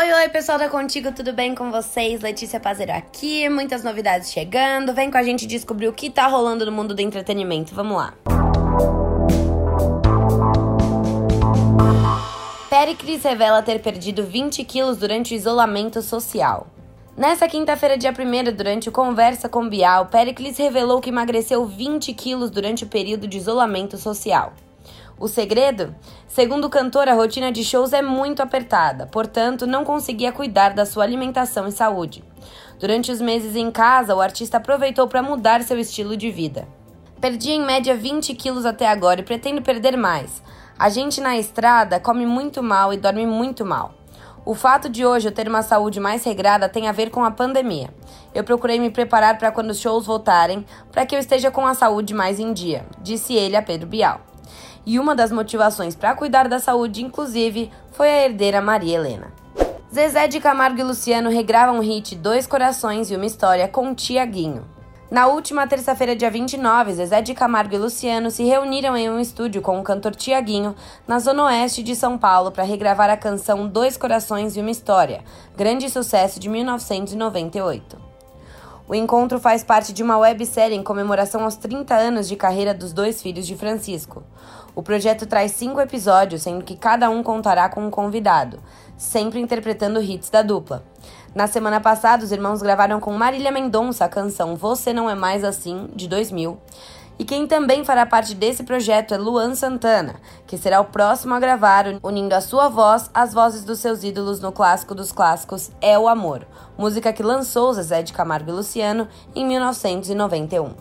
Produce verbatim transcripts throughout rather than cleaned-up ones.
Oi, oi, pessoal da Contigo, tudo bem com vocês? Letícia Pazero aqui, muitas novidades chegando. Vem com a gente descobrir o que tá rolando no mundo do entretenimento. Vamos lá. Péricles revela ter perdido vinte quilos durante o isolamento social. Nessa quinta-feira, dia primeiro, durante o Conversa com Bial, Péricles revelou que emagreceu vinte quilos durante o período de isolamento social. O segredo? Segundo o cantor, a rotina de shows é muito apertada, portanto, não conseguia cuidar da sua alimentação e saúde. Durante os meses em casa, o artista aproveitou para mudar seu estilo de vida. Perdi em média vinte quilos até agora e pretendo perder mais. A gente na estrada come muito mal e dorme muito mal. O fato de hoje eu ter uma saúde mais regrada tem a ver com a pandemia. Eu procurei me preparar para quando os shows voltarem, para que eu esteja com a saúde mais em dia, disse ele a Pedro Bial. E uma das motivações para cuidar da saúde, inclusive, foi a herdeira Maria Helena. Zezé de Camargo e Luciano regravam o hit Dois Corações e Uma História com Tiaguinho. Na última terça-feira, dia vinte e nove, Zezé de Camargo e Luciano se reuniram em um estúdio com o cantor Tiaguinho, na zona oeste de São Paulo, para regravar a canção Dois Corações e Uma História, grande sucesso de mil novecentos e noventa e oito. O encontro faz parte de uma websérie em comemoração aos trinta anos de carreira dos dois filhos de Francisco. O projeto traz cinco episódios, sendo que cada um contará com um convidado, sempre interpretando hits da dupla. Na semana passada, os irmãos gravaram com Marília Mendonça a canção Você Não É Mais Assim, de dois mil. E quem também fará parte desse projeto é Luan Santana, que será o próximo a gravar, unindo a sua voz às vozes dos seus ídolos no clássico dos clássicos É o Amor, música que lançou Zezé de Camargo e Luciano em mil novecentos e noventa e um.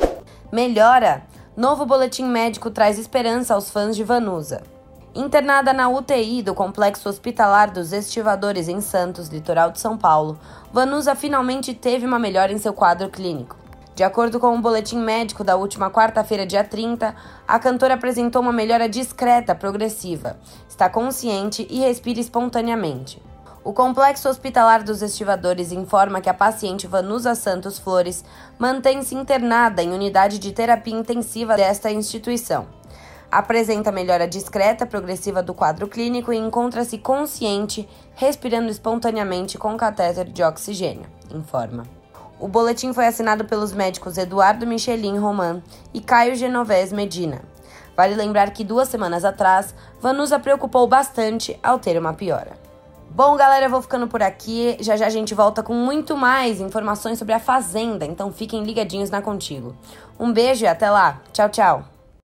Melhora! Novo boletim médico traz esperança aos fãs de Vanusa. Internada na U T I do Complexo Hospitalar dos Estivadores em Santos, litoral de São Paulo, Vanusa finalmente teve uma melhora em seu quadro clínico. De acordo com um boletim médico da última quarta-feira, dia trinta, a cantora apresentou uma melhora discreta, progressiva. Está consciente e respira espontaneamente. O Complexo Hospitalar dos Estivadores informa que a paciente Vanusa Santos Flores mantém-se internada em unidade de terapia intensiva desta instituição. Apresenta melhora discreta, progressiva do quadro clínico e encontra-se consciente, respirando espontaneamente com catéter de oxigênio, informa. O boletim foi assinado pelos médicos Eduardo Michelin Roman e Caio Genovese Medina. Vale lembrar que duas semanas atrás, Vanusa preocupou bastante ao ter uma piora. Bom, galera, eu vou ficando por aqui. Já já a gente volta com muito mais informações sobre a Fazenda, então fiquem ligadinhos na Contigo. Um beijo e até lá. Tchau, tchau.